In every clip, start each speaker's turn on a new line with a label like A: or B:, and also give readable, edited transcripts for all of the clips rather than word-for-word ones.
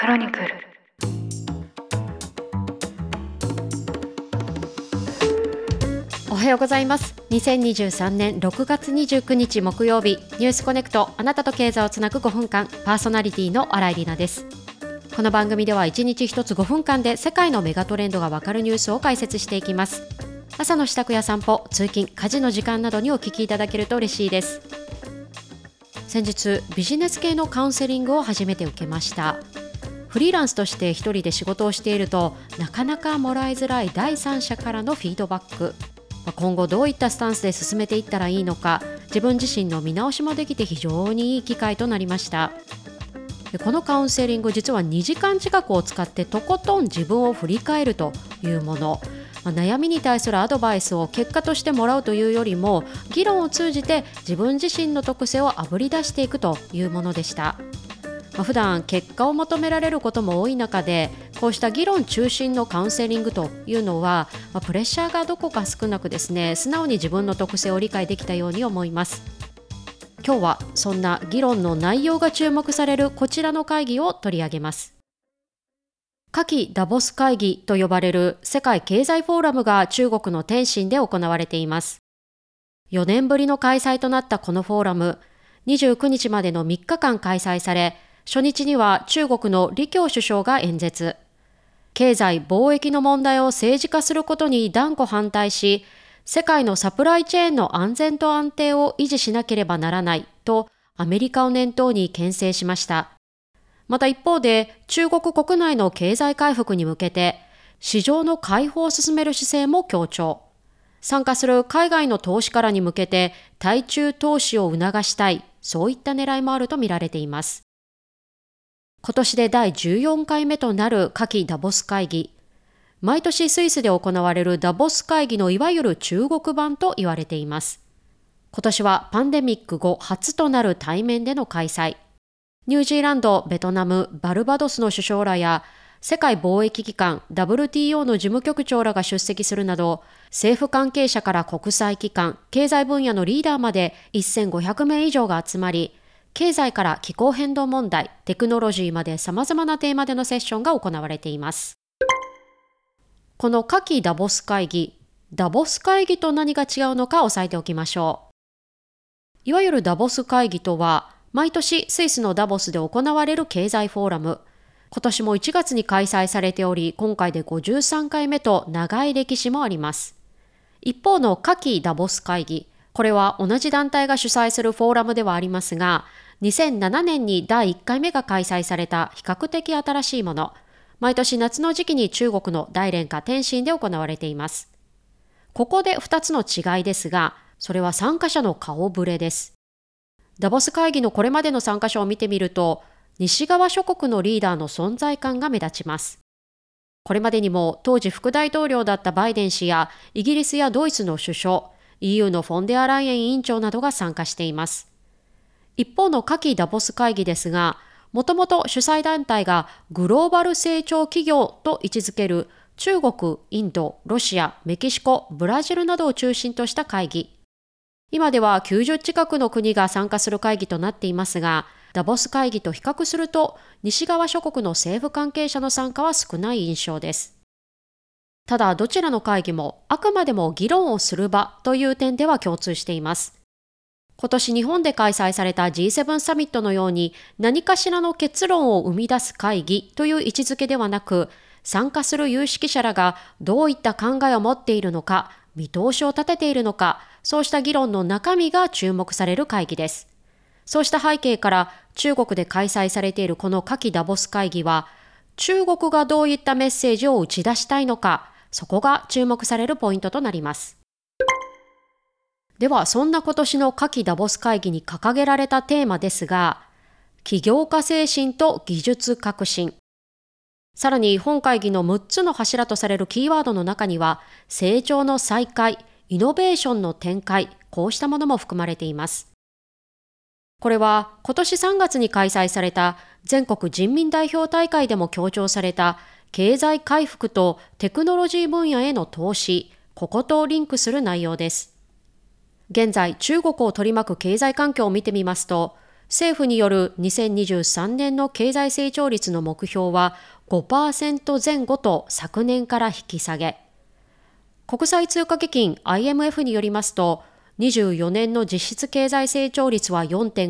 A: クロニクル。
B: おはようございます。2023年6月29日木曜日、ニュースコネクト、あなたと経済をつなぐ5分間、パーソナリティの新井里奈です。この番組では1日1つ5分間で世界のメガトレンドがわかるニュースを解説していきます。朝の支度や散歩、通勤、家事の時間などにお聞きいただけると嬉しいです。先日、ビジネス系のカウンセリングを初めて受けました。フリーランスとして一人で仕事をしていると、なかなかもらいづらい第三者からのフィードバック、今後どういったスタンスで進めていったらいいのか、自分自身の見直しもできて非常にいい機会となりました。このカウンセリング、実は2時間近くを使ってとことん自分を振り返るというもの。悩みに対するアドバイスを結果としてもらうというよりも、議論を通じて自分自身の特性をあぶり出していくというものでした。普段結果を求められることも多い中で、こうした議論中心のカウンセリングというのは、プレッシャーがどこか少なくですね、素直に自分の特性を理解できたように思います。今日はそんな議論の内容が注目されるこちらの会議を取り上げます。夏季ダボス会議と呼ばれる世界経済フォーラムが中国の天津で行われています。4年ぶりの開催となったこのフォーラム、29日までの3日間開催され、初日には中国の李強首相が演説。経済・貿易の問題を政治化することに断固反対し、世界のサプライチェーンの安全と安定を維持しなければならないとアメリカを念頭に牽制しました。また一方で、中国国内の経済回復に向けて市場の開放を進める姿勢も強調。参加する海外の投資家らに向けて対中投資を促したい、そういった狙いもあると見られています。今年で第14回目となる夏季ダボス会議。毎年スイスで行われるダボス会議のいわゆる中国版と言われています。今年はパンデミック後初となる対面での開催。ニュージーランド、ベトナム、バルバドスの首相らや世界貿易機関 WTO の事務局長らが出席するなど、政府関係者から国際機関、経済分野のリーダーまで1500名以上が集まり、経済から気候変動問題、テクノロジーまで様々なテーマでのセッションが行われています。この夏季ダボス会議、ダボス会議と何が違うのか押さえておきましょう。いわゆるダボス会議とは、毎年スイスのダボスで行われる経済フォーラム。今年も1月に開催されており、今回で53回目と長い歴史もあります。一方の夏季ダボス会議、これは同じ団体が主催するフォーラムではありますが、2007年に第1回目が開催された比較的新しいもの。毎年夏の時期に中国の大連夏天津で行われています。ここで2つの違いですが、それは参加者の顔ぶれです。ダボス会議のこれまでの参加者を見てみると、西側諸国のリーダーの存在感が目立ちます。これまでにも当時副大統領だったバイデン氏やイギリスやドイツの首相、EU のフォンデアライエン委員長などが参加しています。一方の夏季ダボス会議ですが、もともと主催団体がグローバル成長企業と位置づける中国、インド、ロシア、メキシコ、ブラジルなどを中心とした会議。今では90近くの国が参加する会議となっていますが、ダボス会議と比較すると、西側諸国の政府関係者の参加は少ない印象です。ただ、どちらの会議もあくまでも議論をする場という点では共通しています。今年日本で開催された G7 サミットのように、何かしらの結論を生み出す会議という位置づけではなく、参加する有識者らがどういった考えを持っているのか、見通しを立てているのか、そうした議論の中身が注目される会議です。そうした背景から、中国で開催されているこの夏季ダボス会議は、中国がどういったメッセージを打ち出したいのか、そこが注目されるポイントとなります。では、そんな今年の夏季ダボス会議に掲げられたテーマですが、起業家精神と技術革新。さらに本会議の6つの柱とされるキーワードの中には、成長の再開、イノベーションの展開、こうしたものも含まれています。これは今年3月に開催された全国人民代表大会でも強調された経済回復とテクノロジー分野への投資、こことリンクする内容です。現在、中国を取り巻く経済環境を見てみますと、 政府による2023年の経済成長率の目標は 5% 前後と昨年から引き下げ。国際通貨基金 IMF によりますと、24年の実質経済成長率は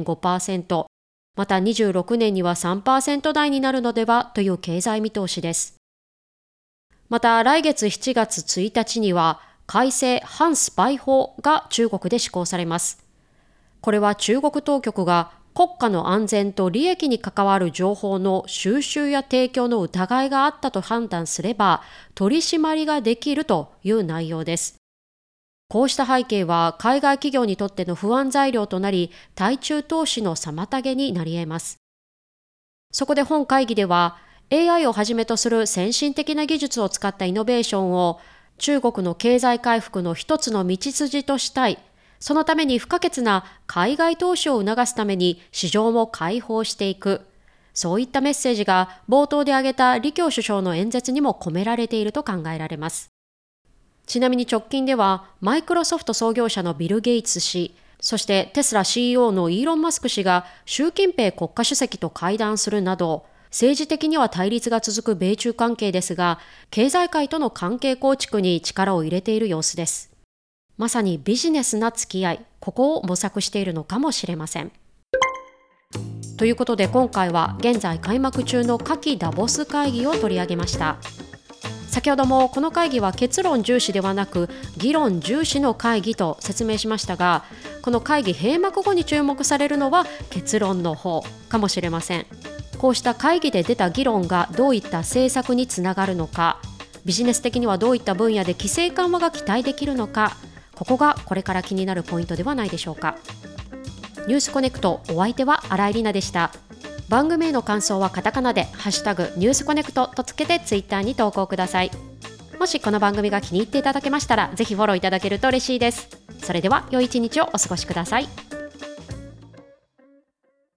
B: 4.5%、また26年には 3% 台になるのではという経済見通しです。また来月7月1日には改正反スパイ法が中国で施行されます。これは中国当局が国家の安全と利益に関わる情報の収集や提供の疑いがあったと判断すれば取り締まりができるという内容です。こうした背景は海外企業にとっての不安材料となり、対中投資の妨げになり得ます。そこで本会議では AI をはじめとする先進的な技術を使ったイノベーションを中国の経済回復の一つの道筋としたい。そのために不可欠な海外投資を促すために市場も開放していく。そういったメッセージが冒頭で挙げた李強首相の演説にも込められていると考えられます。ちなみに直近ではマイクロソフト創業者のビル・ゲイツ氏、そしてテスラ CEO のイーロン・マスク氏が習近平国家主席と会談するなど、政治的には対立が続く米中関係ですが、経済界との関係構築に力を入れている様子です。まさにビジネスな付き合い、ここを模索しているのかもしれません。ということで今回は現在開幕中の夏季ダボス会議を取り上げました。先ほどもこの会議は結論重視ではなく議論重視の会議と説明しましたが、この会議閉幕後に注目されるのは結論の方かもしれません。こうした会議で出た議論がどういった政策につながるのか、ビジネス的にはどういった分野で規制緩和が期待できるのか、ここがこれから気になるポイントではないでしょうか。ニュースコネクト、お相手は新井里奈でした。番組への感想はカタカナでハッシュタグニュースコネクトとつけてツイッターに投稿ください。もしこの番組が気に入っていただけましたらぜひフォローいただけると嬉しいです。それでは良い一日をお過ごしください。